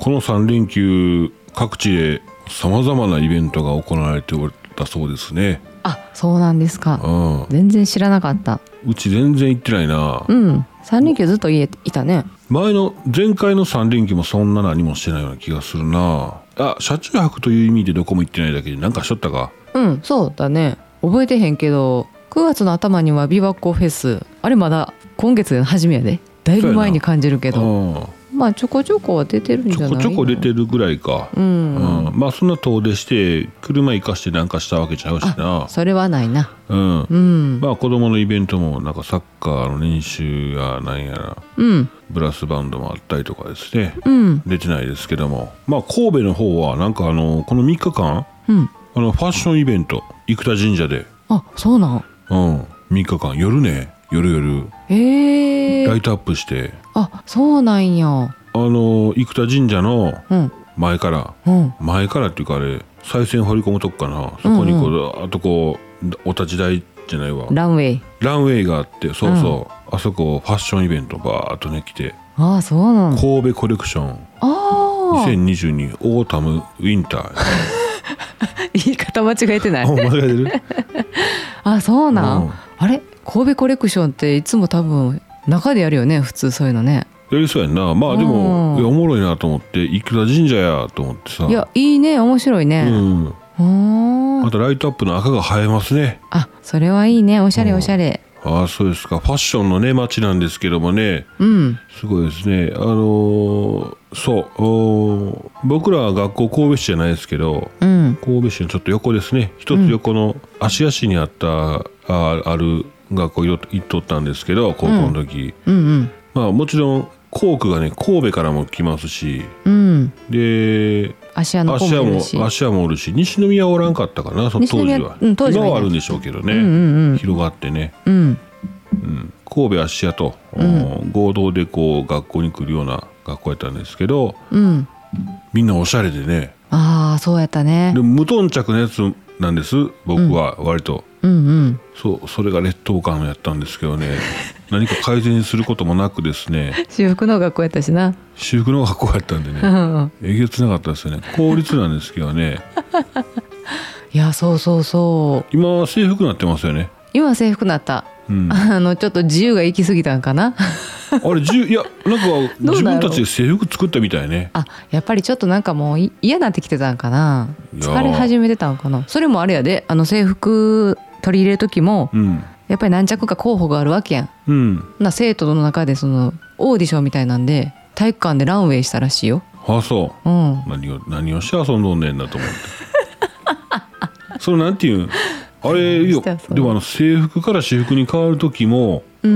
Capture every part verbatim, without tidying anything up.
このさん連休各地でさまざまなイベントが行われておったそうですね。 あ、そうなんですか。 うん、 全然知らなかった。 うち全然行ってないな。 うんさん連休ずっと家いたね。 前の前回のさん連休もそんな何もしてないような気がするな。あ、車中泊という意味でどこも行ってないだけでなんかしとったか。 うんそうだね。覚えてへんけどくがつの頭には琵琶湖フェス、あれまだ今月初めやで。だいぶ前に感じるけど、まあちょこちょこは出てるんじゃないの。 ちょこちょこ出てるぐらいか。うん、うん、まあそんな遠出して車行かしてなんかしたわけちゃうしな。 それはないな。 うん、うん、まあ子供のイベントもなんかサッカーの練習やなんやら、うん、ブラスバンドもあったりとかですね、うん、出てないですけども、まあ神戸の方はなんかあのこのみっかかん、うん、あのファッションイベント生田神社で。 あ、そうなん。 うん、みっかかん夜ね、夜夜、えー、ライトアップして。 あ、そうなんや。あの生田神社の前から、うん、前からっていうかあれ賽銭掘り込むとこかな、そこにこう、うんうん、あとこうお立ち台じゃないわ、 ランウェイランウェイがあって、そうそう、うん、あそこファッションイベントバーっとね来て。 ああ、そうなの。 神戸コレクションあにせんにじゅうにオータムウィンター言い方間違えてない？ 間違えてるあ、そうなん、うん、あれ神戸コレクションっていつも多分中でやるよね、普通そういうのね。やりそうやんな。まあでも、うん、いやおもろいなと思って、生田神社やと思ってさ。 いや、いいね、面白いね。うん、 またライトアップの赤が映えますね。 あ、それはいいね、おしゃれおしゃれ。 うん、ああ、そうですか。ファッションのね街なんですけどもね、うん、すごいですね。あのー、そう僕らは学校神戸市じゃないですけど、うん、神戸市のちょっと横ですね、一つ横の芦屋市にあった、うん、あ, ある学校行っとったんですけど、高校の時、うんうんうん、まあもちろん校区がね神戸からも来ますし、うん、で芦屋の子もいるし、 芦屋もおるし、西宮おらんかったかな、その当時は、うん、当時は今はあるんでしょうけどね、うんうんうん、広がってね、うんうん、神戸芦屋と、うん、合同でこう学校に来るような学校やったんですけど、うん、みんなおしゃれでね。 ああ、そうやったね。 で無頓着なやつなんです、僕は割と、うんうんうん、そうそれが劣等感やったんですけどね何か改善することもなくですね私服の学校やったしな。 私服の学校やったんでねえげつなかったですよね。公立なんですけどねいや、そうそうそう、 今は制服になってますよね。 今は制服になった、うん、あのちょっと自由が行き過ぎたんかなあれ自由、いやなんか自分たちで制服作ったみたいね。 あ、やっぱりちょっとなんかもう嫌になってきてたんかな、疲れ始めてたんかな。それもあれやで、あの制服取り入れる時も、うん、やっぱり何着か候補があるわけやん、うん、な生徒の中でそのオーディションみたいなんで体育館でランウェイしたらしいよ。 ああ、そう、うん、何を何をして遊んどんねんだと思ってそれなんていうあれよ。でもあの制服から私服に変わる時も、うん、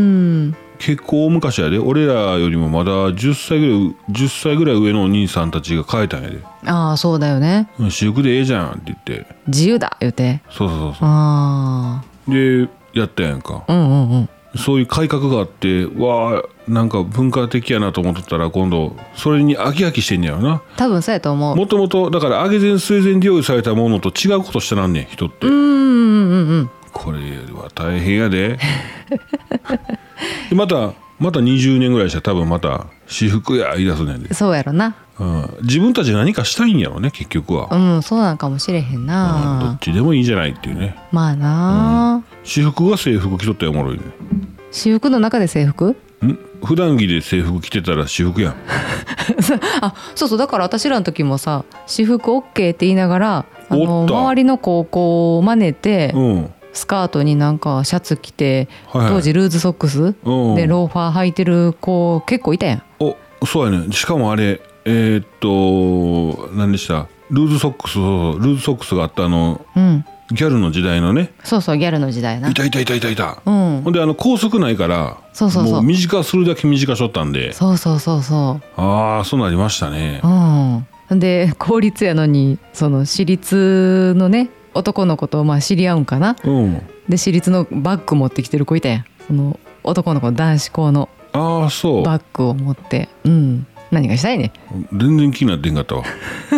結構昔やで。俺らよりもまだじゅっさいぐらいじゅっさいぐらい上のお兄さんたちが変えたんやで。 ああ、そうだよね。 私服でええじゃんって言って自由だ言うて。 そうそうそう。あでやったやんか、うんうんうん、そういう改革があって、わあなんか文化的やなと思ってたら、今度それに飽き飽きしてんねやろな。 多分そうやと思う。もともとだから上げ前据え前で用意されたものと違うことしてなんねん人って。うんうんうんうん、これは大変やででまたまたにじゅうねんぐらいしたら多分また私服や言い出すねんで。 そうやろな、 うん、自分たち何かしたいんやろね結局は。 うん、そうなんかもしれへんな、 うん、どっちでもいいじゃないっていうね。 まあな、うん、 私服が制服着とったらおもろいね。 私服の中で制服？ ん普段着で制服着てたら私服やんあ、そうそう、だから私らの時もさ、私服 OK って言いながら、あの周りの高校を真似て、うん、スカートになんかシャツ着て、はいはい、当時ルーズソックス、うん、でローファー履いてる子結構いたやん。 お、そうやね。しかもあれえー、っと何でした、ルーズソックス、ルーズソックスがあったあの、うん、ギャルの時代のね。そうそう、ギャルの時代な。いたいたいたいたいた、うん、ほんであの高速ないから、そうそうそう、もう短するだけ短しょったんで。そうそうそうそう、ああ、そうなりましたね。うん、で公立やのにその私立のね男の子とまあ知り合うんかな、うん、で私立のバッグ持ってきてる子いたやん。その男の子の男子校のバッグを持って、うん、何がしたいね。 全然気になってんかったわ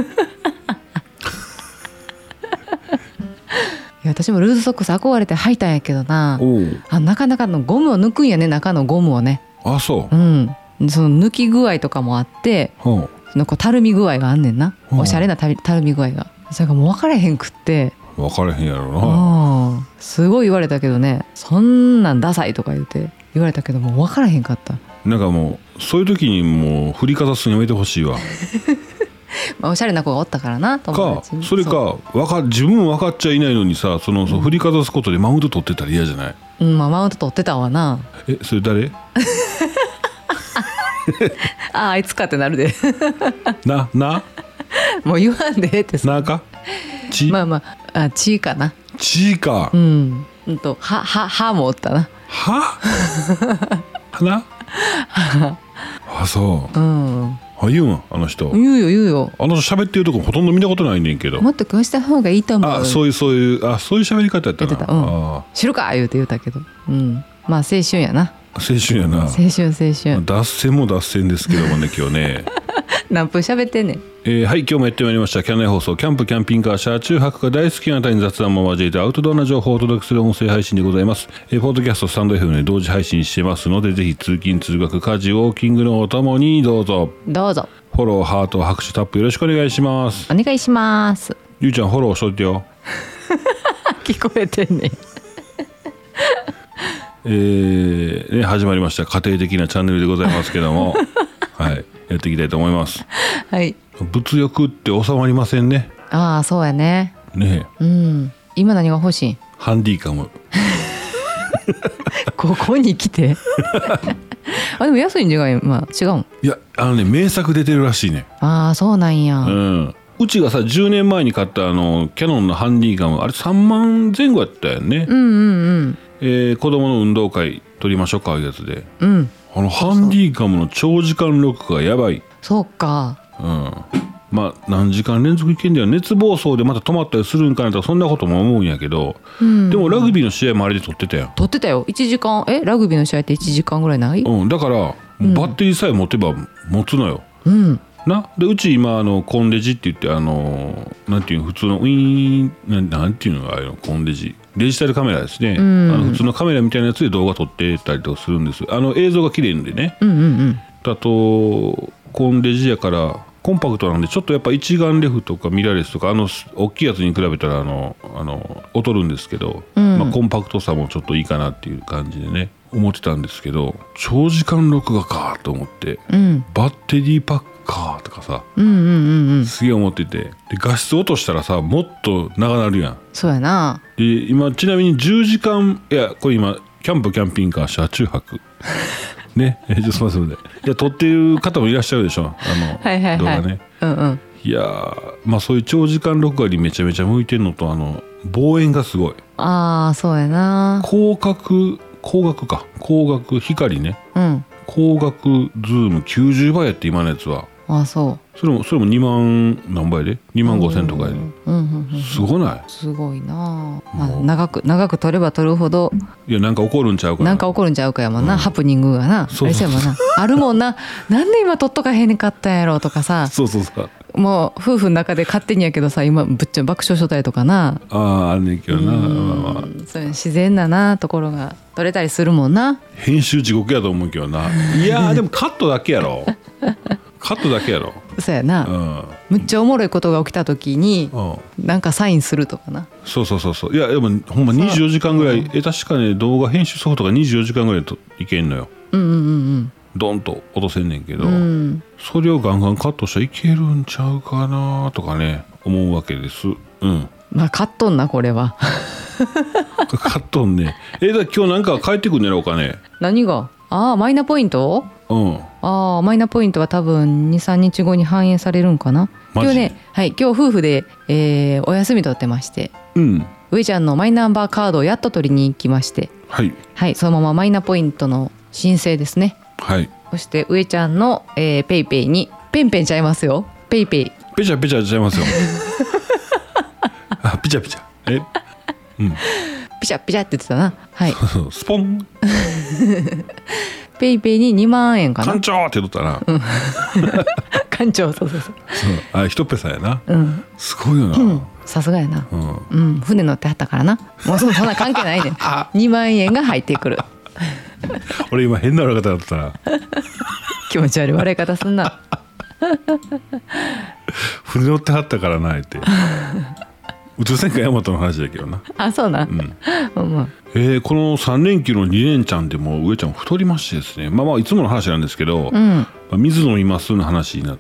いや私もルーズソックス憧れて履いたんやけどな、あなかなかのゴムを抜くんやね、中のゴムをね。 あ、そう、 うん、その抜き具合とかもあって、 そのこうたるみ具合があんねんな、うん、おしゃれなたるみ具合が。それがもう分からへんくって分からへんやろな、 うん、すごい言われたけどね、そんなんダサいとか言って言われたけどもう分からへんかった。 なんかもうそういう時にもう振りかざすのやめてほしいわまあおしゃれな子がおったからな、友達かそれかわか自分も分かっちゃいないのにさ、その、うん、その振りかざすことでマウント取ってたら嫌じゃない？ うん、まあマウント取ってたわな。 え、それ誰あ, あいつかってなるでななもう言わんでってさ。 なかちまあまああちかな。 ちか。 うんうんとはははもおったな。 は花あそう。うんあ言うわあの人。 言うよ言うよ。 あの人喋ってるとこほとんど見たことないねんけど。 もっとこうした方がいいと思う。 あそういうそういうあそういう喋り方やったな。やってた、 うん、あ知るか言うて言うたけど、うん、まあ青春やな。 青春やな。 青春青春。 脱線も脱線ですけどもね今日ね何分喋ってんねん。 えー、はい今日もやってまいりましたキャンナイ放送キャンプキャンピングカー車中泊が大好きな方に雑談も交えてアウトドアな情報をお届けする音声配信でございます。えー、ポッドキャストスタンド エフエム で同時配信してますのでぜひ通勤通学家事ウォーキングのおともにどうぞどうぞフォローハート拍手タップよろしくお願いします。 お願いします。 ゆうちゃんフォローしといてよ聞こえてんねえーね、始まりました家庭的なチャンネルでございますけどもはいやっていきたいと思います。 はい物欲って収まりませんね。 ああそうやね。 ねえ、うん、今何が欲しいん？ ハンディカムここに来てあでも安いんじゃない、まあ、違うん？ いやあのね名作出てるらしいね。 ああそうなんや。 うんうちがさじゅうねんまえに買ったあのキヤノンのハンディカムあれさんまんぜん後やったよね。 うんうんうんえー、子供の運動会取りましょうかいうやつで、 うん、 あのハンディカムの長時間録画やばい。 そうか。 うんまあ何時間連続いけんだよ。熱暴走でまた止まったりするんかなとかそんなことも思うんやけど、うん、でもラグビーの試合もあれで撮ってたよ。 撮ってたよいちじかん。えラグビーの試合っていちじかんぐらいない？うんだから、うん、バッテリーさえ持てば持つのよ。 うんなでうち今あのコンデジって言ってあのなんていうの普通のウィーンなん、なんていうのあれのコンデジデジタルカメラですね、うん、あの普通のカメラみたいなやつで動画撮ってたりとかするんです。あの映像が綺麗んでね、 うんうんうん、 あとコンデジやからコンパクトなんでちょっとやっぱ一眼レフとかミラーレスとかあの大きいやつに比べたらあのあの劣るんですけど、うんまあ、コンパクトさもちょっといいかなっていう感じでね思ってたんですけど長時間録画かと思って、うん、バッテリーパックかとかさ、 うんうんうんうん、 すげえ思っててで画質落としたらさもっと長なるやん。 そうやな。 で今ちなみにじゅうじかんいやこれ今キャンプキャンピングカー車中泊ねえちょっとすみませんのでいや撮ってる方もいらっしゃるでしょあのはいはいはい動画ね、 うんうん、 いやまあそういう長時間録画にめちゃめちゃ向いてるのとあの望遠がすごい。 ああそうやな。 広角光学か光学光ね、うん、光学ズームきゅうじゅうばいやって今のやつは。 あそうそれもそれもにまん何倍でにまんごせんとかやで、うんうんうん、すごない？ すごいな、まあ、長く長く撮れば撮るほどいやなんか起こるんちゃうかな。 なんか起こるんちゃうかやもんな、うん、ハプニングがなそうそうそうあれそうやもんなあるもんななんで今撮っとかへんかったんやろとかさそうそうそうもう夫婦の中で勝手にやけどさ今ぶっちゃ爆笑しとったりとかなあああんねんけどな、まあまあ、 そういう自然ななところが撮れたりするもんな。 編集地獄やと思うけどないやでもカットだけやろカットだけやろ。 そうやな、うん、むっちゃおもろいことが起きた時に、うん、なんかサインするとかな。 そうそうそうそういやでもほんまにじゅうよじかんぐらい、うん、え確かね動画編集ソフトがにじゅうよじかんぐらいといけんのよ。 うんうんうんうんドンと落とせんねんけど、うん、それをガンガンカットしたらいけるんちゃうかなとかね思うわけです。うんまあカットんなこれはカットんねえだ今日なんか帰ってくんねやろうかね。 何がああマイナポイント。 うんああマイナポイントは多分 にさんにちごに反映されるんかな。今日ねはい今日夫婦で、えー、お休み取ってまして、うん、上ちゃんのマイナンバーカードをやっと取りに行きまして、 はい、 はい、そのままマイナポイントの申請ですね。 はい、 そして上ちゃんの、えー、ペイペイにペンペンちゃいますよ。ペイペイペチャペチャちゃいますよあピチャピチャえうんピチャピチャって言ってたな。はいスポンペイペイににまんえんかな。 館長って言っとったな、うん、 館長そうそうそうあひとっぺさやな、 うん、 すごいよなさすがやな、うんうん、船乗ってはったからなもうそんな関係ないねにまんえんが入ってくる俺今変な笑い方だったな気持ち悪い笑い方すんな船乗ってはったからなって宇宙戦艦ヤマトの話だけどな。 あ、そうなん、 うん、えー、このさん連休のに連ちゃんでも上ちゃん太りましてですね、まあまあいつもの話なんですけど、うん、まあ、水飲みますの話になって、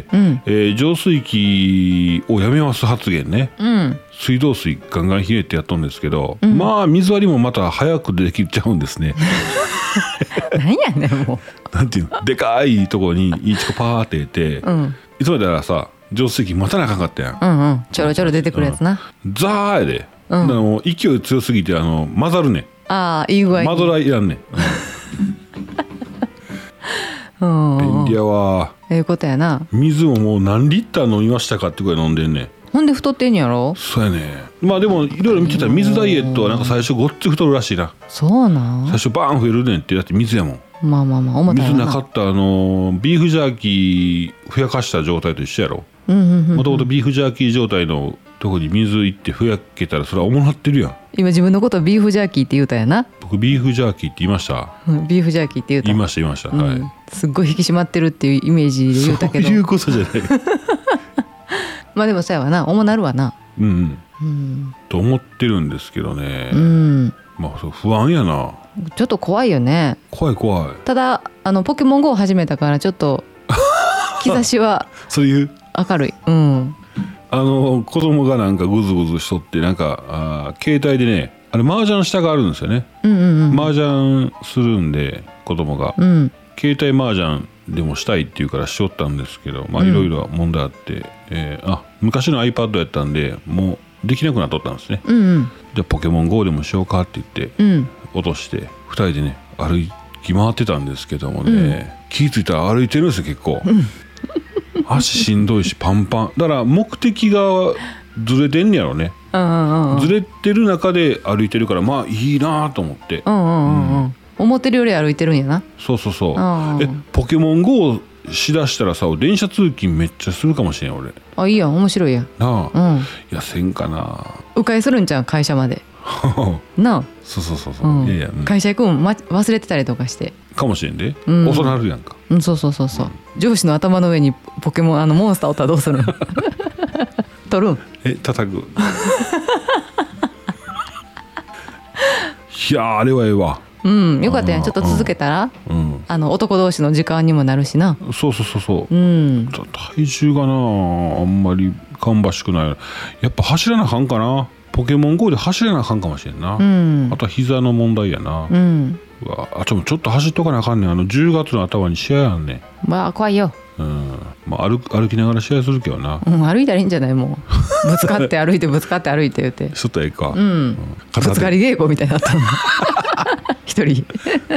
うん、えー、浄水器をやめます発言ね、うん、水道水ガンガンひねってやっとんですけど、うん、まあ水割りもまた早くできちゃうんですねなんやねんもうなんていうの、でかいところにいちこパーって入れて、うん、いつまでならさ浄水器待たなあかんかったやん、 うんうん、ちょろちょろ出てくるやつな、 うん、ザーやで、うん、だからもう勢い強すぎてあの混ざるねん。 ああ、いい具合にマドラーいらんねん、うん、便利やわ。 ええいうことやな。 水ももう何リッター飲みましたかってぐらい飲んでんねん。 ほんで太ってんやろ。 そうやね。まあでもいろいろ見てたら水ダイエットはなんか最初ごっつ太るらしいな。 そうなん。 最初バーン増えるねんって。だって水やもん。 まあまあまあ重たいな。 水なかったあのビーフジャーキーふやかした状態と一緒やろ。もともとビーフジャーキー状態のとこに水いってふやけたらそれは重なってるやん。 今自分のことをビーフジャーキーって言うたやな。 僕ビーフジャーキーって言いました、 うん、ビーフジャーキーって言うた。 言いました言いました、うん、はい。 すっごい引き締まってるっていうイメージで言うたけど、 そういうことじゃないまあでもそうやわな、重なるわな。 うん、うん、と思ってるんですけどね、うん、まあ不安やな。 ちょっと怖いよね。 怖い怖い。 ただあのポケモン ゴー を始めたからちょっと兆しはそういう明るい。うん。 あの子供がなんかグズグズしとってなんかあ携帯でね、あれ麻雀下があるんですよね、うんうんうん、麻雀するんで子供が、うん、携帯麻雀でもしたいって言うからしよったんですけど、まあいろいろ問題あって、うん、えー、あ昔の iPad やったんでもうできなくなっとったんですね、うんうん、じゃあポケモン ゴー でもしようかって言って、うん、落としてふたりでね歩き回ってたんですけどもね、うん、気付いたら歩いてるんですよ結構、うん、足しんどいしパンパンだから目的がずれてんねやろね、うんうんうん、ずれてる中で歩いてるからまあいいなと思って、うんうんうんうん、 思ってるより歩いてるんやな。 そうそうそう、うんうん、えポケモン ゴー しだしたらさ電車通勤めっちゃするかもしれん俺。 あ、いいやん面白いやんなあ、うん、いやせんかな。 迂回するんちゃう会社までなあ。 そうそうそうそう、うん、いやいや、うん、 会社行くん、ま、忘れてたりとかしてかもしれんで、うん、遅なるやんか、 うん、そうそうそうそう、うん、上司の頭の上にポケモンあのモンスターおったらどうするん取るんえ叩くいやあれはええわ。 うん、よかったやん。ちょっと続けたら、うん、あの男同士の時間にもなるしな。 そうそうそうそう、うん、体重がなあんまり芳しくない。やっぱ走らなあかんかな。ポケモン ゴー で走らなあかんかもしれんな、うん、あとは膝の問題やな、うん、うわあちょっと走っとかなあかんねん。あのじゅうがつの頭に試合あんねん。 まあ怖いよ、 うん、まあ、歩, 歩きながら試合するけどな、 うん、歩いたらいいんじゃない。もうぶつかって歩いてぶつかって歩いて言うてちょっとええか、うんうん、ぶつかり稽古みたいになったの一人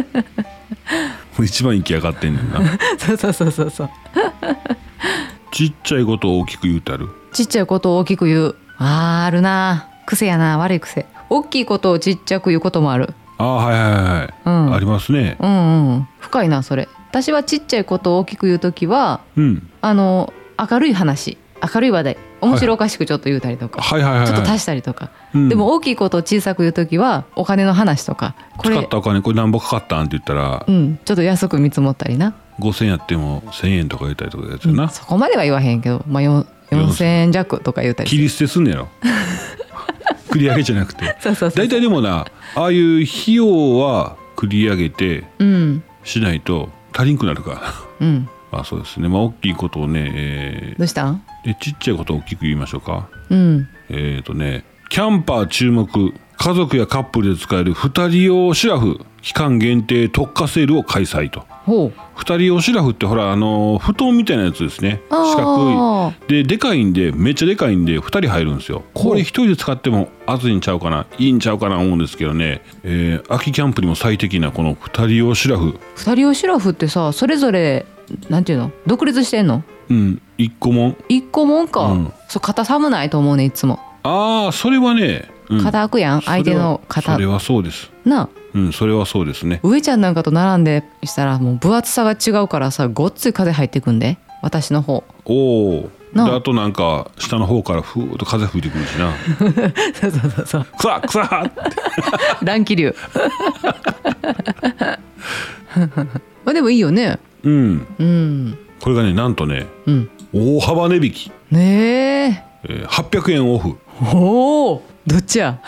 一番息上がってんねんなそうそうそうそうそう。 ちっちゃいことを大きく言うてある。 ちっちゃいことを大きく言う。あーあるな。癖やな。悪い癖。大きいことをちっちゃく言うこともある。 ああはいはいはい、うん、ありますね。 うんうん。深いなそれ。私はちっちゃいことを大きく言うときは、うん、あの明るい話、明るい話題、面白おかしくちょっと言うたりとか、はいはいはいはい、ちょっと足したりとか、うん、でも大きいことを小さく言うときはお金の話とか、 これ使ったお金これ何ぼかかったんって言ったら、 うん、ちょっと安く見積もったりな。 ごせんえんやってもせんえんとか言ったりとかやつやな、うん、 そこまでは言わへんけど、まあ、よんせんえん弱とか言うたり。 切り捨てすんねやろ繰り上げじゃなくてそうそうそう。大体でもなああいう費用は繰り上げてしないと足りんくなるから、うん、あそうですね。まあ大きいことをね、えー、 どうしたん？ でちっちゃいことを大きく言いましょうか、うん、えっ、ー、とねキャンパー注目、家族やカップルで使えるふたり用シラフ期間限定特価セールを開催と。ほう。ふたり用シラフってほらあの布団みたいなやつですね。四角いででかいんでめっちゃでかいんでふたり入るんですよ。これひとりで使っても暑いんちゃうかな、いいんちゃうかな思うんですけどね、えー、秋キャンプにも最適なこのふたり用シラフ。 ふたり用シラフってさ、それぞれなんていうの、独立してんの？ うん、いっこもんいっこもんか、うん、そう肩寒ないと思うねいつも。 ああそれはね、 うん、肩開くやん相手の肩。 それはそうですな。 うん、それはそうですね。 上ちゃんなんかと並んでしたらもう分厚さが違うからさ、ごっつい風入ってくんで私の方。 おお。であとなんか下の方からふーっと風吹いてくるしなそうそうそうそう。 くさくさって乱気流まあでもいいよね。 うん、うん、 これがねなんとね、うん、大幅値引きねえー、はっぴゃくえんオフ。 おお、どっちや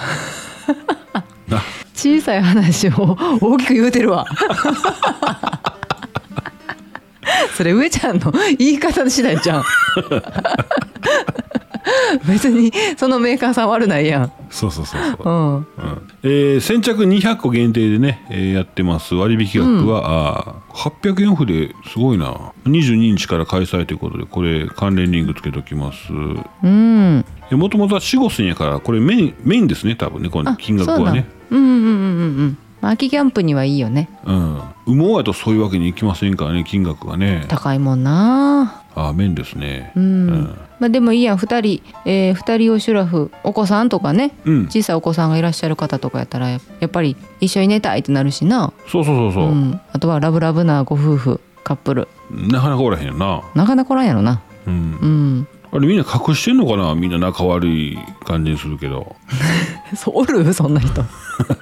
小さい話を大きく言うてるわそれ上ちゃんの言い方次第じゃん別にそのメーカーさん悪ないやん。 そうそうそうそう、うんうんえー、先着にひゃっこ限定でね、えー、やってます割引額は、うん、あはっぴゃくえんオフですごいな。にじゅうににちから開催ということでこれ関連リンクつけときます。うんもともとはよん、ごせんやからこれメインメインですね多分ねこの金額はね。 うんうんうんうんうん秋キャンプにはいいよね。 うん羽毛やとそういうわけにいきませんからね金額がね高いもんな。 あ面ですね。 うん、うんまあ、でもいいやんふたり、えー、ふたり用シュラフお子さんとかね、うん、小さいお子さんがいらっしゃる方とかやったらやっぱり一緒に寝たいってなるしな。 そうそうそうそう、うん、 あとはラブラブなご夫婦カップルなかなかおらへんよな。 なかなかおらんやろな。うん、うんあれみんな隠してんのかな。みんな仲悪い感じにするけどそうおるそんな人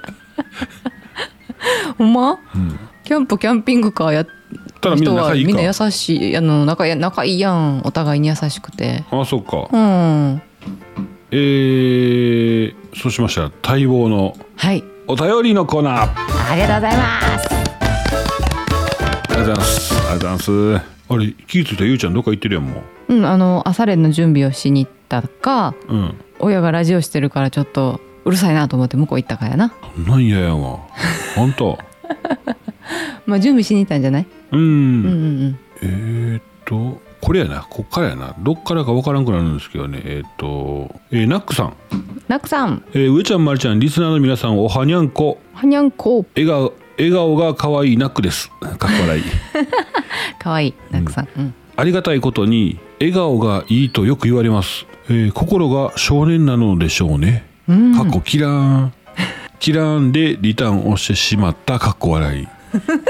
ほんま、うん、キャンプキャンピングカーやったらみんな仲いいか。みんな優しいあの 仲, 仲いいやんお互いに優しくて。 あそっか。うんえー、そうしましたら待望のお便りのコーナー、はい、 ありがとうございます。 ありがとうございますありがとうございます。あれ気づいたゆうちゃんどっか行ってるやんもう。うんあの朝練の準備をしに行ったか、うん、親がラジオしてるからちょっとうるさいなと思って向こう行ったかやな。 なんややんわ本当まあ準備しに行ったんじゃない。うんうんうんうんえー、っとこれやなこっからやなどっからか分からんくなるんですけどねえー、っと、えー、ナックさんナックさん、 えー、上ちゃんまりちゃんリスナーの皆さんおはにゃんこはにゃんこ笑顔笑顔が可愛いナックですかっこ笑い可愛いナックさん、うんうん、 ありがたいことに笑顔がいいとよく言われます、えー、心が少年なのでしょうね、うん、かっこキラーンキラーンでリターンをしてしまったかっこ笑い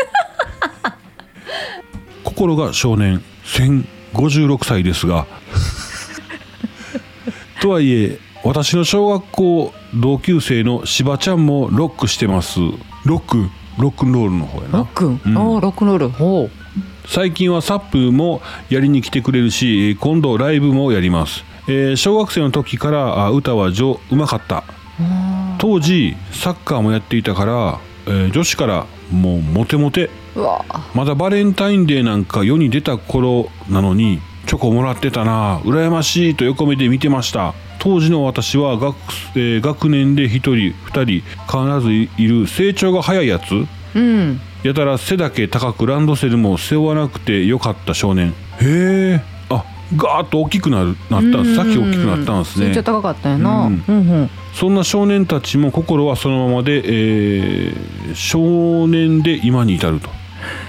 心が少年せんごじゅうろくさいですがとはいえ私の小学校同級生のしばちゃんもロックしてます。ロックロックンロールの方やな。 ロック、うん、おロックンロールほう。 最近はサップもやりに来てくれるし今度ライブもやります、えー、小学生の時から歌は上うまかった。当時サッカーもやっていたから、えー、女子からもうモテモテ。うわまだバレンタインデーなんか世に出た頃なのにチョコもらってたな羨ましいと横目で見てました。当時の私は 学,、えー、学年でひとりふたり必ずいる成長が早いやつ、うん、やたら背だけ高くランドセルも背負わなくてよかった少年。へえあガーッと大きくなるなったんです。さっき大きくなったんですね。 成長高かったよな、うんうんうん、 そんな少年たちも心はそのままで、えー、少年で今に至ると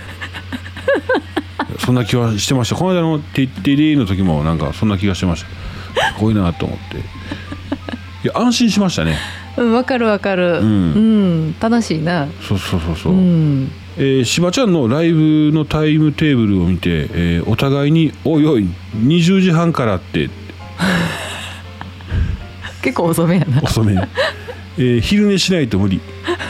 そんな気はしてました。この間のテッテレーの時もなんかそんな気がしてました。すごいなと思っていや安心しましたね。 うんわかるわかる、うんうん、楽しいな。 そうそうそうそう、うんえー、しばちゃんのライブのタイムテーブルを見て、えー、お互いにおいおいにじゅうじはんからって結構遅めやな。 遅め、えー、昼寝しないと無理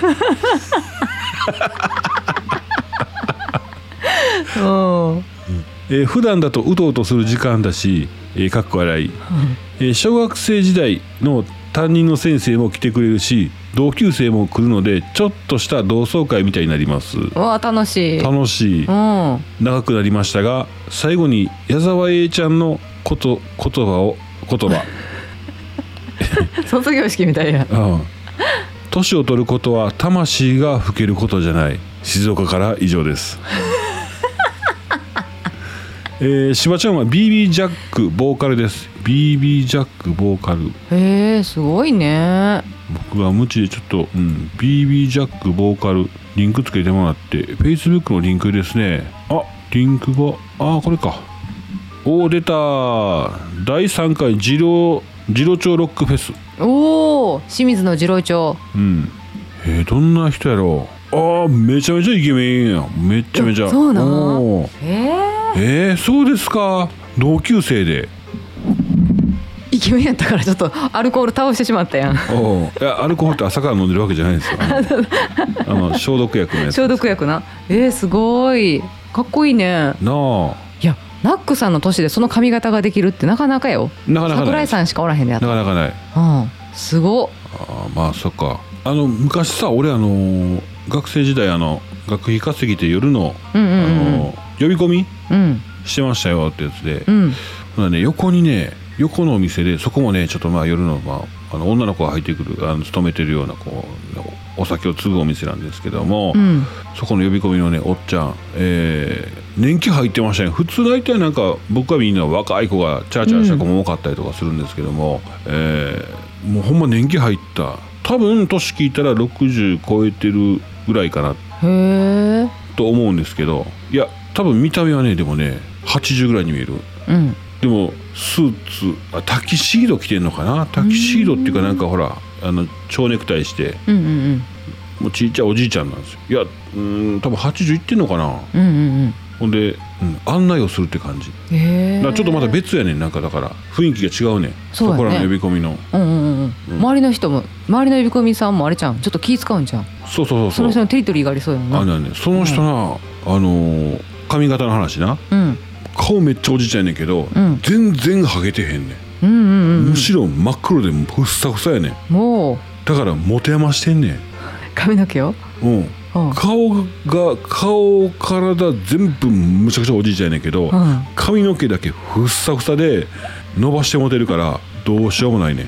おえー、普段だとうとうとする時間だし、えー、かっこ笑い、えー、小学生時代の担任の先生も来てくれるし同級生も来るのでちょっとした同窓会みたいになります。 わあ楽しい楽しい、うん、長くなりましたが最後に矢沢永ちゃんのこと言葉を言葉卒業式みたいや、うん、 年を取ることは魂が老けることじゃない。静岡から以上ですえー、しばちゃんは ビービー ジャックボーカルです。 ビービー ジャックボーカルへえすごいね。 僕は無知でちょっと、うん、ビービー ジャックボーカルリンクつけてもらって Facebook のリンクですね。あリンクがあこれか。おー出ただいさんかい次郎次郎町ロックフェス。 おお清水の次郎町。うんえー、どんな人やろう。あーめちゃめちゃイケメンやめっちゃめちゃ。 そうなの。えーえー、そうですか。同級生でイケメンやったからちょっとアルコール倒してしまったやん。 おいやアルコールって朝から飲んでるわけじゃないですよあの消毒薬のやつ。 消毒薬な。えー、すごいかっこいいね。 なあいやナックさんの年でその髪型ができるってなかなかよ。 なかなかない。 桜井さんしかおらへんねやった。 なかなかない。 うん、すごっ。 あまあそっか。あの昔さ俺あの学生時代あの学費稼ぎで夜の、うんうんうん、あの呼び込み、うん、してましたよってやつで、うん、ね、横にね横のお店でそこもねちょっとまあ夜の、まあ、あの女の子が入ってくるあの勤めてるようなこうお酒を継ぐお店なんですけども、うん、そこの呼び込みのねおっちゃん、えー、年季入ってましたね。普通大体なんか僕はみんな若い子がチャーチャーした子も多かったりとかするんですけども、うん、えー、もうほんま年季入った多分年聞いたらろくじゅう超えてるぐらいかなへと思うんですけど、いや多分見た目はねでもねはちじゅうぐらいに見える、うん、でもスーツあタキシード着てんのかな。タキシードっていうかなんかほらあの蝶ネクタイして、うんうんうん、もうちっちゃいおじいちゃんなんですよ。いやうん多分はちじゅういってんのかな、うんうんうん、ほんで、うん、案内をするって感じ。へだからちょっとまた別やねん。なんかだから雰囲気が違うねん。そこらの呼び込みの、 うんうんうんうん、周りの人も周りの呼び込みさんもあれじゃんちょっと気使うんじゃん。 そうそうそうそう、 その人のテリトリーがありそうやな。 あねねその人な、うん、あのー、髪型の話な、うん、顔めっちゃおじいちゃんやねんけど、うん、全然ハゲてへんねん、うんうんうんうん、むしろ真っ黒でふっさふさやねん。もうだから持て余してんねん髪の毛を、うん、 顔が顔体全部むちゃくちゃおじいちゃんやねんけど、うん、髪の毛だけふっさふさで伸ばして持てるからどうしようもないねん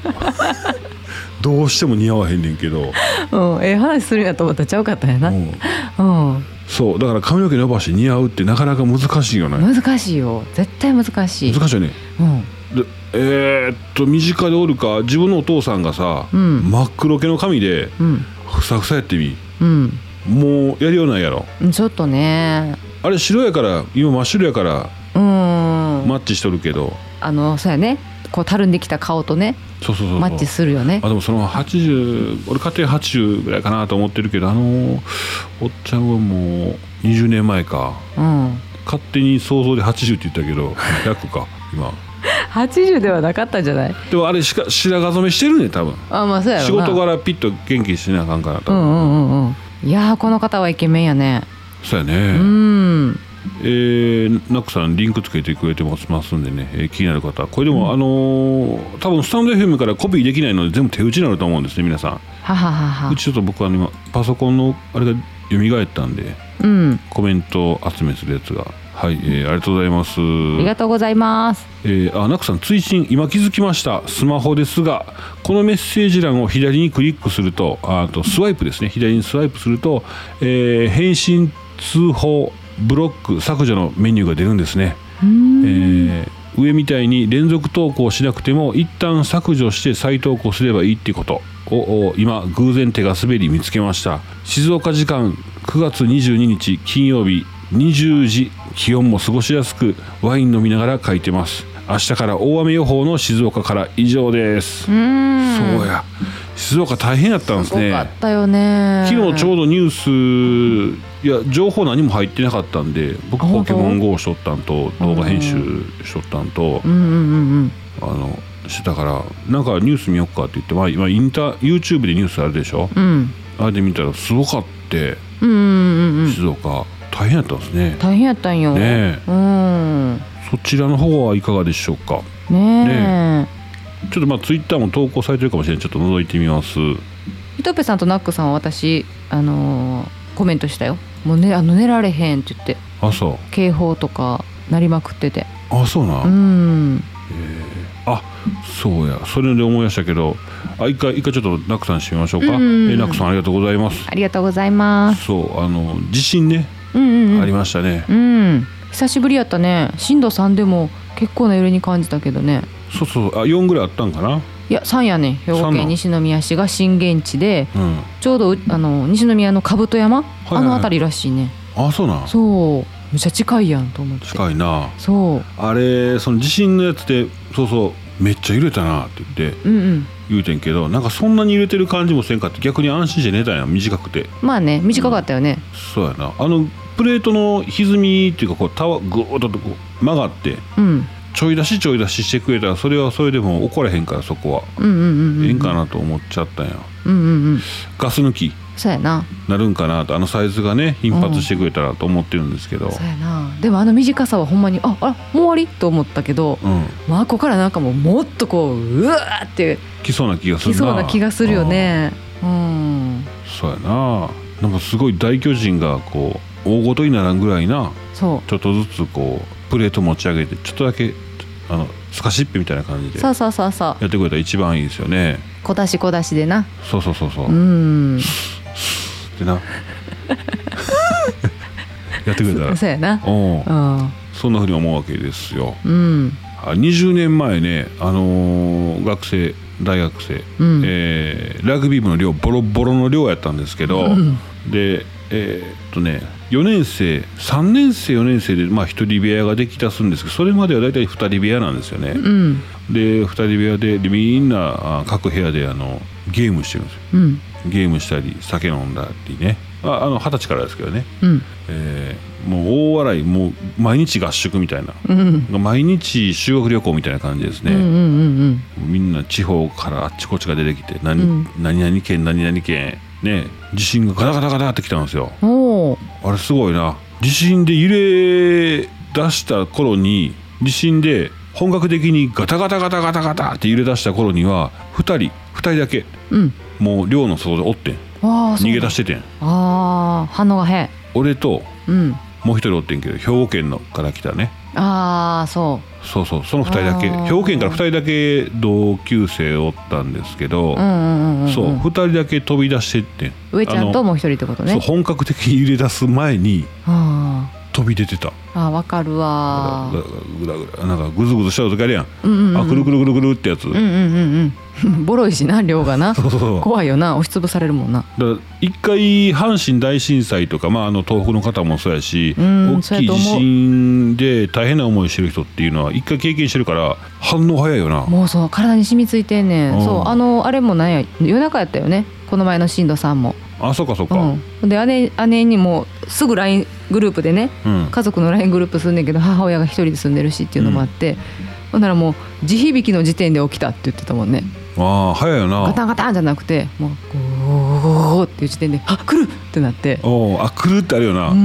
どうしても似合わへんねんけど、 うん、ええ話するんやと思ったらちゃうかったんやな、うんうん、そうだから髪の毛伸ばして似合うってなかなか難しいよね。 難しいよ絶対難しい難しいよね、うん、でえー、っと身近でおるか自分のお父さんがさ、うん、真っ黒系の髪で、うん、ふさふさやってみ、うん、もうやりようないやろ。 ちょっとねあれ白やから今真っ白やからうんマッチしとるけどあのそうやねこうたるんできた顔とねそうそうそうそうマッチするよね。 あでもそのはちじゅう俺家庭はちじゅうぐらいかなと思ってるけどあのおっちゃんはもうにじゅうねんまえか、うん、勝手に想像ではちじゅうって言ったけどひゃくか今はちじゅうではなかったんじゃない。 でもあれしか白髪染めしてるね多分。 あまあそうやろな。 仕事柄ピッと元気にしなあかんから多分、 うんうんうんうん、いやーこの方はイケメンやね。 そうやね。うんえー、ナックさんリンクつけてくれてますんでね、えー、気になる方これでも、うん、あのー、多分スタンド エフエム からコピーできないので全部手打ちになると思うんですね皆さん。ははははうちちょっと僕は今パソコンのあれが蘇ったんで、うん、コメント集めするやつがはい、えー、ありがとうございます。 ありがとうございます。 えー、あナックさん追伸今気づきました。スマホですがこのメッセージ欄を左にクリックするとあとスワイプですね左にスワイプすると、えー、返信通報ブロック削除のメニューが出るんですね。えー、上みたいに連続投稿しなくても一旦削除して再投稿すればいいってことを今偶然手が滑り見つけました。静岡時間くがつにじゅうににち金曜日にじゅうじ気温も過ごしやすくワイン飲みながら書いてます。明日から大雨予報の静岡から以上です。うーんそうや静岡大変やったんですね。 すごかったよね。 昨日ちょうどニュースいや情報何も入ってなかったんで僕ポケモン ゴー しとったんと動画編集しとったんと、うんうんうんうん、あのしてたからなんかニュース見よっかって言って、まあ、今インター YouTube でニュースあるでしょ、うん、あれで見たらすごかって、うんうんうんうん、静岡大変やったんですね。 大変やったんよ、ねうん、 そちらの方はいかがでしょうかねえ、ねちょっとまあツイッターも投稿されてるかもしれない。ちょっと覗いてみます。 ひとぺさんとナックさんは私、あのー、コメントしたよ。もうねあの寝られへんって言ってあそう警報とか鳴りまくっててあそうなうん、えー、あそうやそれで思い出したけどあ一回一回ちょっとナックさんしてみましょうか。うんうんうん、えー、ナックさんありがとうございます。 ありがとうございます。 そうあの地震ね、うんうんうん、ありましたね。 うん久しぶりやったね。震度さんでも結構な揺れに感じたけどね。 そうそうあよんぐらいあったんかな。 いやさんやね。兵庫県西宮市が震源地で、うん、ちょうどあの西宮の兜山、はいはいはい、あの辺りらしいね。 あそうなん。 そうめっちゃ近いやんと思って。 近いな。 そうあれその地震のやつでそうそうめっちゃ揺れたなって言って、うんうん、言うてんけどなんかそんなに揺れてる感じもせんかって逆に安心して寝たんや短くて。 まあね短かったよね、 うん、そうやなあのプレートの歪みっていうかこうたわぐーっとこう曲がって、うん、ちょい出しちょい出ししてくれたらそれはそれでも怒らへんからそこは、うんうんうんうん、ええんかなと思っちゃったんや、うんうんうん、ガス抜きそうやななるんかなと、あのサイズがね頻発してくれたらと思ってるんですけど、 うん、そうやな。でもあの短さはほんまにああもう終わりと思ったけど、うん、まあここからなんかもうもっとこううわーって来そうな気がするな。 来そうな気がするよね。うん、 そうやな。なんかすごい大巨人がこう大ごとにならんぐらいな、そうちょっとずつこうプレート持ち上げてちょっとだけあのスカシップみたいな感じでそうそうそうそうやってくれたら一番いいですよね。 小出し小出しでな。 そうそうそうそう。 うんってなやってくれたらそうやな。 おうそんなふうに思うわけですよ。 うん、 にじゅうねんまえね、あのー、学生大学生、うん、えー、ラグビー部の寮ボロボロの寮やったんですけど、うん、でえー、っとねよねん生さんねん生よねん生でまあひとり部屋ができたすんですけど、それまではだいたいふたり部屋なんですよね。うん、でふたり部屋で、でみんな各部屋であのゲームしてるんですよ。うん、ゲームしたり酒飲んだりね、ああの二十歳からですけどね、うん、えー、もう大笑い、もう毎日合宿みたいな、うん、毎日修学旅行みたいな感じですね。うんうんうんうん、みんな地方からあっちこっちが出てきて、何、うん、何々県何々県ね、地震がガタガタガタってきたんですよ。おあれすごいな。地震で揺れ出した頃に、地震で本格的にガタガタガタガタガタって揺れ出した頃にはふたりふたりだけ、うん、もう寮の外でおってん。逃げ出しててん。 あ反応が変。 俺と、うん、もう一人おってんけど兵庫県のから来たね。 ああそうそうそう、そのふたりだけ、兵庫県からふたりだけ同級生おったんですけど、うんうんうんうん、そうふたりだけ飛び出してってん。 上ちゃんともう一人ってことね。 そう本格的に揺れ出す前に飛び出てた。 あ分かるわ。 ぐらぐらなんかグズグズしちゃう時あるやん、うんうんうん、あくるくるくるくるってやつ、うんうんうんうん、ボロいしな量がな。そうそうそう怖いよな、押しつぶされるもんな。 だから一回阪神大震災とか、まあ、あの東北の方もそうやし、うん、大きい地震で大変な思いしてる人っていうのは一回経験してるから反応早いよな。 もうそう体に染みついてんねん、うん、そうあのあれもなんや夜中やったよね、この前の震度さんも。 あそうかそうか、 うん、で 姉, 姉にもすぐ ライン グループでね、うん、家族の ライン グループすんねんけど、母親が一人で住んでるしっていうのもあって、うん、ほんならもう地響きの時点で起きたって言ってたもんね。 ああ早いよな。 ガタンガタンじゃなくてもうゴーっていう時点であ来るってなって、 おあ来るってあるよな、うん、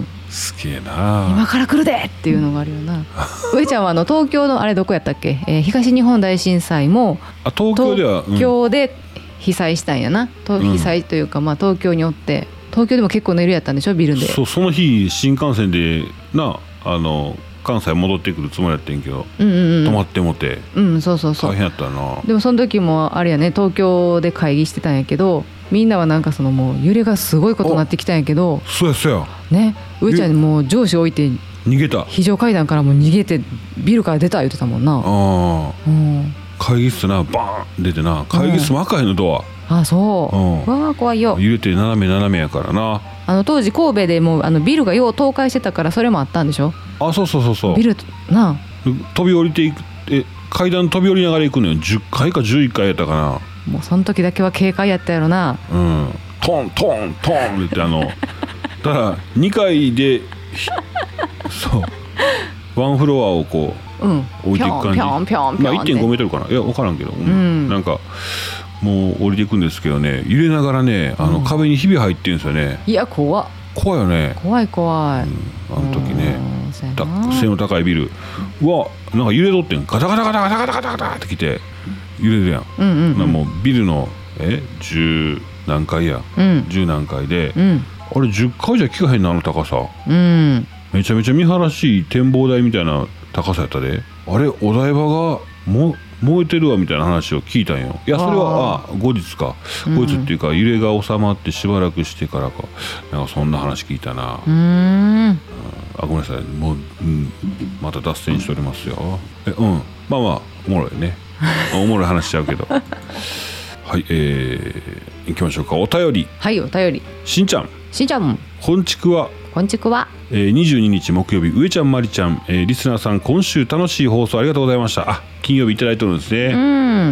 すげえな今から来るでっていうのがあるよな。上ちゃんはあの東京のあれどこやったっけ、えー、東日本大震災もあ東京では東京で被災したんやな、うん、被災というか、まあ、東京におって東京でも結構のエリアやったんでしょビルで。 そうその日新幹線でなあの関西戻ってくるつもりやってんけど、うんうんうん、泊まってもて、うん、そうそうそう大変やったな。 でもその時もあれやね、東京で会議してたんやけど、みんなはなんかそのもう揺れがすごいことになってきたんやけど、 そうやそうやね、上ちゃんにもう上司置いて逃げた、 非常階段からも逃げてビルから出た言ってたもんな。ああ、うん、会議室なバーン出てな、会議室も赤いのドア、 うん、あそう、うん、うわ怖いよ。 揺れて斜め斜めやからな。 あの当時神戸でもうあのビルがよう倒壊してたからそれもあったんでしょ。 あそうそうそうそう、 ビルな飛び降りていく、え階段飛び降りながら行くのよ。じゅっかいかじゅういっかいやったかな。 もうその時だけは警戒やったやろな。 うんトントントンってあのだからにかいでそうワンフロアをこう、うん、置いていく感じ。 ピョンピョンピョン、 まあ、いってんごメートルかな、いや分からんけど、うん、なんかもう降りていくんですけどね、揺れながらねあの壁にひび入ってるんですよね、 うん、いや怖っ怖いよね。 怖い怖い、うん、 あの時ね背の高いビルうわなんか揺れとってん、ガタガタガタガタガタガタガタってきて揺れるやん、うんうんうん、もうビルのえ十何階や、うん、十何階で、うん、あれじゅっかいじゃ効かへんなあの高さ、うん、めちゃめちゃ見晴らしい展望台みたいな高さやったで、あれお台場がも燃えてるわみたいな話を聞いたんよ。いやそれはあ後日か、後日っていうか揺れが収まってしばらくしてからか、なんかそんな話聞いたな。うーん、あごめんなさいもう、うん、また脱線しておりますよ。えうんまあまあおもろいねおもろい話しちゃうけどはいえー、行きましょうか。お便り、 はいお便り、 しんちゃんしんちゃんこんちくわこんちくわ、 えー、にじゅうににち木曜日、上ちゃんまりちゃん、えー、リスナーさん今週楽しい放送ありがとうございました。あ金曜日いただいてるんですね。うん、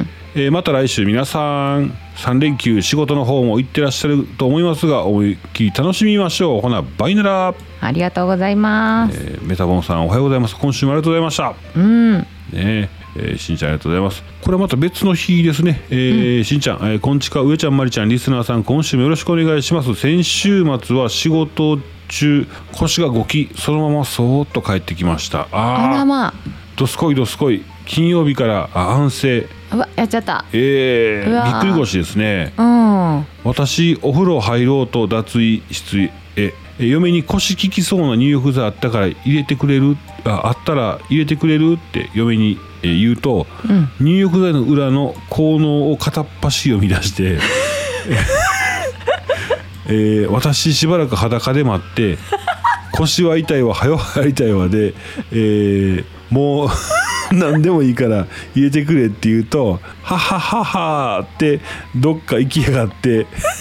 えー、また来週皆さんさん連休仕事の方も行ってらっしゃると思いますが思いっきり楽しみましょう。ほなバイナラ。 ありがとうございます、 えー、メタボンさんおはようございます。今週もありがとうございました。 うんねえー、しんちゃんありがとうございます。これはまた別の日ですね、えーうん、しんちゃん、えー、こんちか上ちゃんまりちゃんリスナーさん今週もよろしくお願いします。先週末は仕事中腰がごきそのままそーっと帰ってきました。 ああらまあどすこいどすこい金曜日から安静うわやっちゃったえー、ぎっくり腰ですね、 うん、 私お風呂入ろうと脱衣室へ嫁に腰効きそうな入浴剤あったから入れてくれる あ, あったら入れてくれるって嫁に言うと、うん、入浴剤の裏の効能を片っ端読み出して、えー、私しばらく裸で待って腰は痛いわはよ入りたいわで、えー、もう何でもいいから入れてくれって言うとははははってどっか行きやがって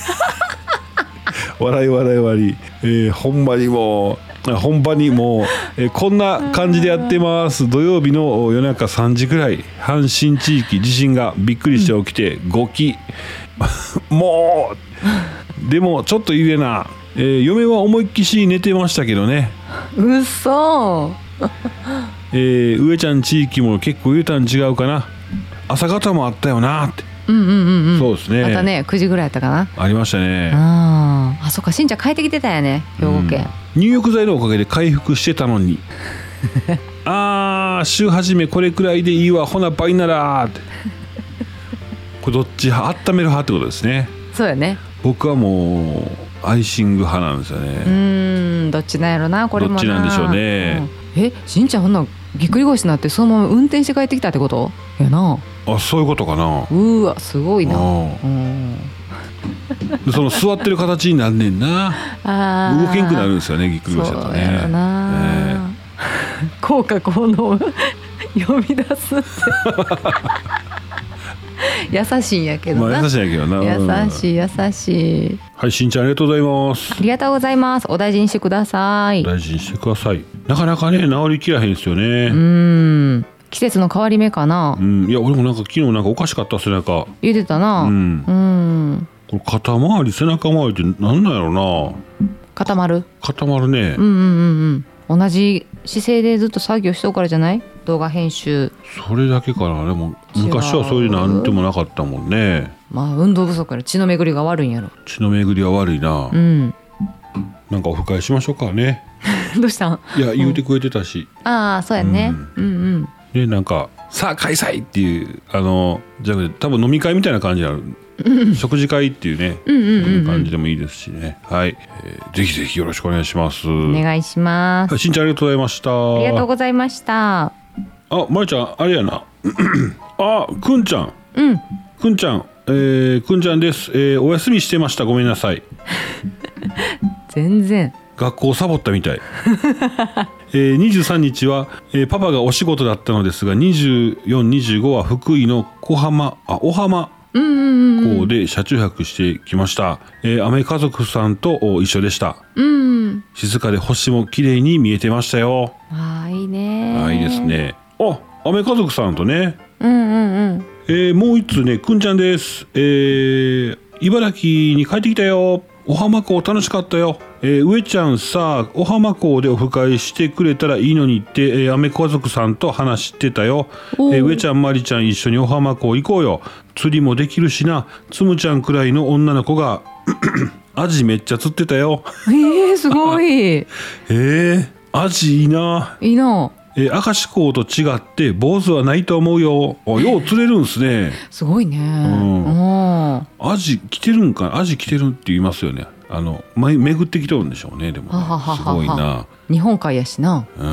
笑い笑い笑い、えー、ほんまにもう本場にもう、えー、こんな感じでやってます。土曜日の夜中さんじくらい阪神地域地震がびっくりして起きてごきもうでもちょっと入れな、えー、嫁は思いっきし寝てましたけどね。 うそえー、上ちゃん地域も結構言うたん違うかな。朝方もあったよなって。 うんうんうんうん、 そうですね。 またねくじぐらいやったかな。 ありましたね。 ああそっかしんちゃん帰ってきてたんやね兵庫県、 うん、入浴剤のおかげで回復してたのにあー週始めこれくらいでいいわほな倍ならってこれどっち温める派ってことですね。 そうやね。 僕はもうアイシング派なんですよね。 うーんどっちなんやろなこれもな。 どっちなんでしょうね、 うん、えしんちゃんほんなぎっくり腰になってそのまま運転して帰ってきたってことやな。 あそういうことかな。 うわすごいな。うんその座ってる形になんねんな。あ動けんくなるんですよねぎっくり腰だとね。そうやな、 えー、効果効能を呼び出すって優しいんやけどな、 まあ、優しいんやけどな優しい優しい。 はいしんちゃんありがとうございます。 ありがとうございます。お大事にしてください。 お大事にしてください。なかなかね治りきらへんですよね。 うん季節の変わり目かな。 うん、いや俺もなんか昨日なんかおかしかった背中言ってたな。うん、うん、 これ肩周り背中周りってなんなんやろな。 固まる固まるね。 うんうんうんうん同じ姿勢でずっと作業しとくからじゃない。動画編集それだけかな。でも昔はそういうなんてもなかったもんね。 まあ運動不足やろ血の巡りが悪いんやろ。 血の巡りは悪いな。うんなんかオフ会しましょうかねどうしたん。 いや言うてくれてたし、 うん、ああそうやね、うん、うんうんでなんかさあ開催っていうあのじゃあ多分飲み会みたいな感じになる、うん、食事会っていうね、うんうんうんうん、そういう感じでもいいですしね。はい、えー、ぜひぜひよろしくお願いします。 お願いします。 はい、しんちゃんありがとうございました。 ありがとうございました。 あまりちゃんあれやなあくんちゃんうんくんちゃん、えー、くんちゃんです、えー、お休みしてました。ごめんなさい全然学校サボったみたいえー、にじゅうさんにちは、えー、パパがお仕事だったのですがにじゅうよん、にじゅうごは福井の小浜あ小浜港で車中泊してきました、えー、雨家族さんと一緒でした、うん、静かで星も綺麗に見えてましたよ。 あいいねあいいですね。あ雨家族さんとね、 うんうんうんえー、もう一つねくんちゃんです、えー、茨城に帰ってきたよ。お浜港楽しかったよ、えー、上ちゃんさお浜港でオフ会してくれたらいいのにって、えー、雨家族さんと話してたよ、えー、上ちゃんまりちゃん一緒にお浜港行こうよ。釣りもできるしな。つむちゃんくらいの女の子がアジめっちゃ釣ってたよ。 えー、すごいえー、アジいいないいな。 えー、明石港と違って坊主はないと思うよ。あよう釣れるんすね。 すごいね、うん、アジ来てるんか。アジ来てるって言いますよね。あの巡ってきてるんでしょうね。でもねははははすごいな。 日本海やしな、 うんうん、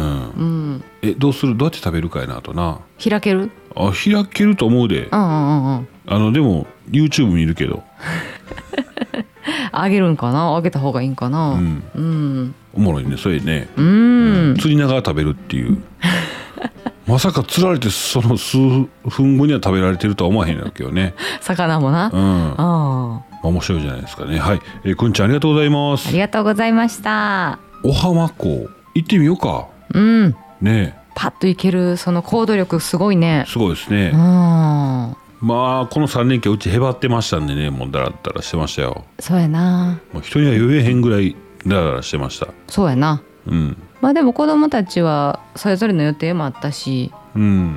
えどうするどうやって食べるかやなとな。 開けるあ開けると思うで、うんうんうん、あのでも YouTube 見るけどあげるんかな。あげた方がいいんかな、うんうん、おもろいねそれね。 うん、うん、 釣りながら食べるっていうまさか釣られてその数分後には食べられてるとは思わへんやけどね魚もな、うん、あ面白いじゃないですかね。はい、えー、くんちゃんありがとうございます。 ありがとうございました。 お浜港行ってみようか。 うんねえパッと行けるその行動力すごいね。 すごいですね。うんまあこのさん連休うちへばってましたんでねもうだらだらしてましたよ。 そうやな。 もう人には言えへんぐらいだらだらしてました。 そうやな。 うんまあでも子供たちはそれぞれの予定もあったし、 うん、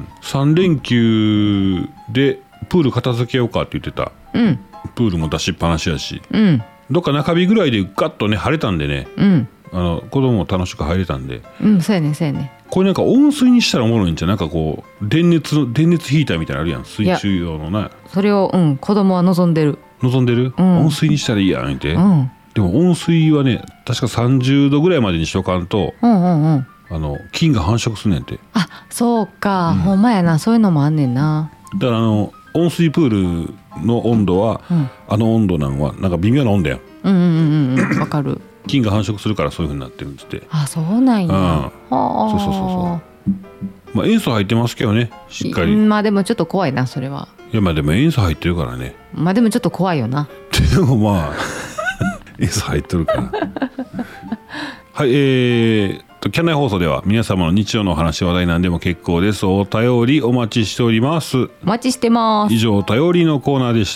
さん連休でプール片付けようかって言ってた、 うん、 プールも出しっぱなしやし、 うん、 どっか中日ぐらいでガッとね晴れたんでね、 うん、 あの子供も楽しく入れたんで、 うん、そうやねそうやね。 これなんか温水にしたらおもろいんじゃん。なんかこう電熱の電熱ヒーターみたいなのあるやん、水中用のね。 それを、うん、子供は望んでる望んでる、うん、温水にしたらいいやんって、うん、でも温水はね確かさんじゅうどぐらいまでにしとかんと、うんうんうん、あの菌が繁殖すんねんて。 あ、そうか、うん、ほんまやな、そういうのもあんねんな。 だからあの温水プールの温度は、うん、あの温度なんはなんか微妙な温度やん。 うんうんうんうん、わかる。 菌が繁殖するからそういう風になってるんですって。 あ、そうなんや、うん、はあ、そうそうそうそう。まあ塩素入ってますけどね、しっかり。 まあでもちょっと怖いなそれは。 いやまあでも塩素入ってるからね。 まあでもちょっと怖いよな。 でもまあ塩素入ってるからはい、えーとキャンナイ放送では皆様の日常のお話話題なんでも結構です。お便りお待ちしております。お待ちしてます。 以上お便りのコーナーでした。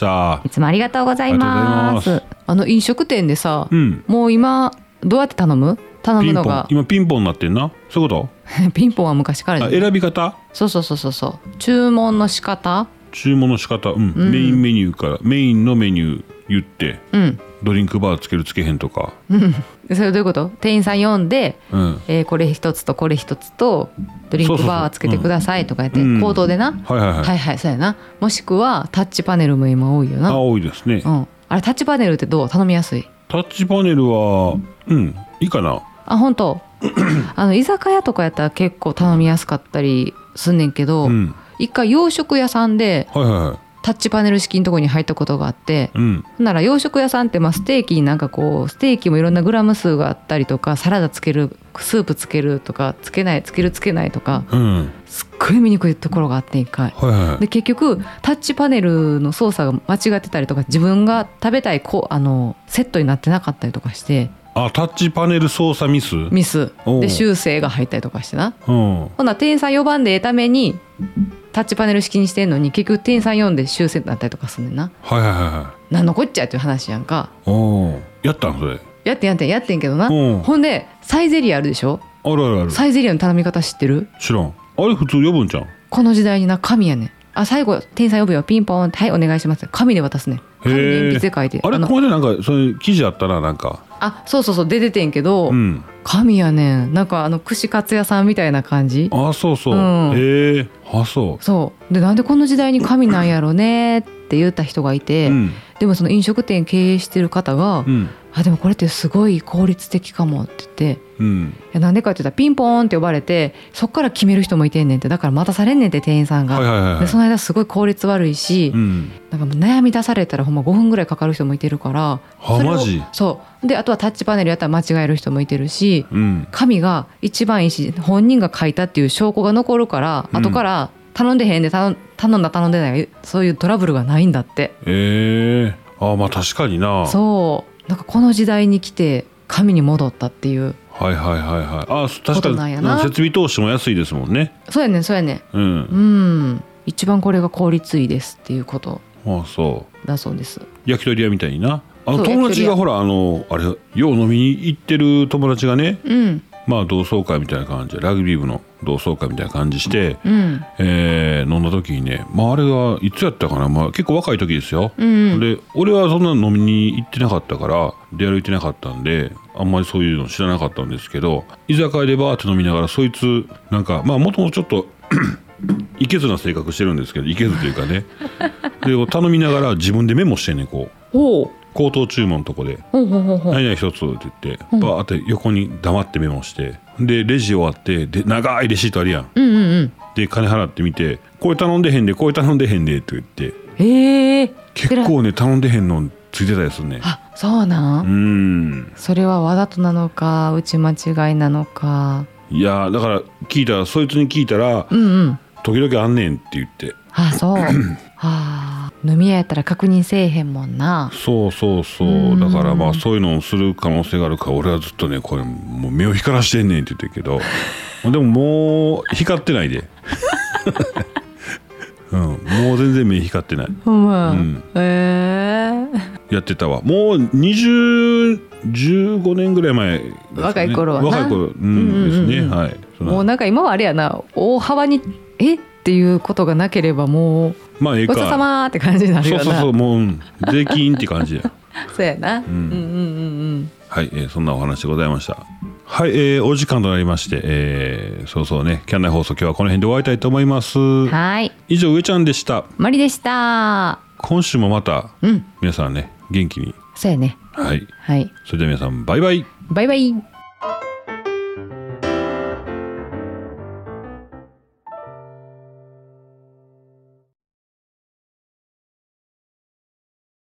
いつもありがとうございます。あの飲食店でさ、うん、もう今どうやって頼む頼むのがピンポン、今ピンポンになってんな。そういうことピンポンは昔からじゃない。 選び方。 そうそうそうそうそう、注文の仕方注文の仕方、うん、うん、メインメニューからメインのメニュー言って、うん、ドリンクバーつけるつけへんとか、 うん、それどういうこと？店員さん呼んで、うん、えー、これ一つとこれ一つとドリンクバーつけてくださいとかやって、口頭でな、うん、はいはいはい、はいはい、そうやな。もしくはタッチパネルも今多いよな。 あ、多いですね、 うん、あれタッチパネルってどう？頼みやすい？ タッチパネルはうんいいかな。 あ、本当あの居酒屋とかやったら結構頼みやすかったりすんねんけど、うん、一回洋食屋さんで、はいはいはい、タッチパネル式のところに入ったことがあって、うん、なら洋食屋さんってまあステーキになんかこうステーキもいろんなグラム数があったりとか、サラダつけるスープつけるとかつけないつけるつけないとか、うん、すっごい見にくいところがあって一回、はいはい、で結局タッチパネルの操作が間違ってたりとか、自分が食べたいこうあのセットになってなかったりとかして、 あ、タッチパネル操作ミスミスで修正が入ったりとかしてな、うん、ほな店員さん呼ばんでええためにタッチパネル式にしてんのに結局店員さん呼んで修正になったりとかすんねんな。 はいはいはい。 なんのこっちゃっていう話やんか。 おやったんそれ。 やってんやってんやってんけどな。ほんでサイゼリアあるでしょ。 あるあるある。 サイゼリアの頼み方知ってる？ 知らん。あれ普通呼ぶんじゃん。 この時代にな、紙やねん。あ、最後店員さん呼ぶよ、ピンポンって、はいお願いします、紙で渡すねん。紙に鉛筆で書いて。 あれここでなんかそういう記事あったな、なんか。 あ、そうそうそう、出ててんけど、うん、紙やねん。なんかあの串カツ屋さんみたいな感じ。 あ、そうそう、うん、へえ、あ、そうそうで、なんでこの時代に紙なんやろねって言った人がいて、うん、でもその飲食店経営してる方が、うん、あ、でもこれってすごい効率的かもって言って、うん、いやなんでかって言ったらピンポーンって呼ばれてそっから決める人もいてんねんって。だから待たされんねんって店員さんが、はいはいはいはい、でその間すごい効率悪いし、うん、なんかもう悩み出されたらほんまごふんぐらいかかる人もいてるから、 はマジそうで、あとはタッチパネルやったら間違える人もいてるし、うん、紙が一番いいし本人が書いたっていう証拠が残るから、うん、後から頼んでへんで頼頼んだ頼んでない、そういうトラブルがないんだって。 えー、あ、まあ確かにな。 そうなんかこの時代に来て紙に戻ったっていう。 はいはいはいはい。あ、確かに設備投資も安いですもんね。 そうやねんそうやねん、うん、うん、一番これが効率いいですっていうことああそうだそうです。 焼き鳥屋みたいにな。あの友達がほらあのあれよう飲みに行ってる友達がね、うん、まあ同窓会みたいな感じでラグビー部の同窓会みたいな感じして、うん、えー、飲んだ時にね、まああれがいつやったかな、まあ結構若い時ですよ、うん、で俺はそんな飲みに行ってなかったから出歩いてなかったんであんまりそういうの知らなかったんですけど、居酒屋でバーって飲みながらそいつなんかまあもともとちょっといけずな性格してるんですけど、いけずというかねで頼みながら自分でメモしてんねん、こうお口頭注文のとこで「何々一つ」って言ってバーって横に黙ってメモして、でレジ終わってで長いレシートあるやん、うんうんうん、で金払ってみて「これ頼んでへんでこれ頼んでへんで」って言って、えー、結構ね頼んでへんのついてたりするね。 あ、そうなん。うん、それはわざとなのか打ち間違いなのか。 いやだから聞いたらそいつに聞いたら、うんうん、時々あんねんって言って。 あ、そうはあ、飲み屋やったら確認せえへんもんな。 そうそうそう、だからまあそういうのをする可能性があるから俺はずっとねこれもう目を光らしてんねんって言ってるけどでももう光ってないでうん、もう全然目光ってない。ほんま、うん、えー、やってたわ。もうにじゅうじゅうごねんぐらい前ですかね。 若い頃はな若い頃、うん、ですね、はい。 もうなんか今はあれやな、大幅にえっていうことがなければもう、まあ、ええかごちそうさまって感じになるよな。 そうそうそう、もう、うん、税金って感じやそうやな、うん、うんうんうんうんはい、えー、そんなお話でございました。はい、えー、お時間となりまして、えー、そうそうね、キャンナイ放送今日はこの辺で終わりたいと思います。 はい、 以上上ちゃんでした。 マリでした。 今週もまた、うん、皆さんね元気に。 そうやね。 はい、 はい、 それでは皆さんバイバイ。 バイバイ。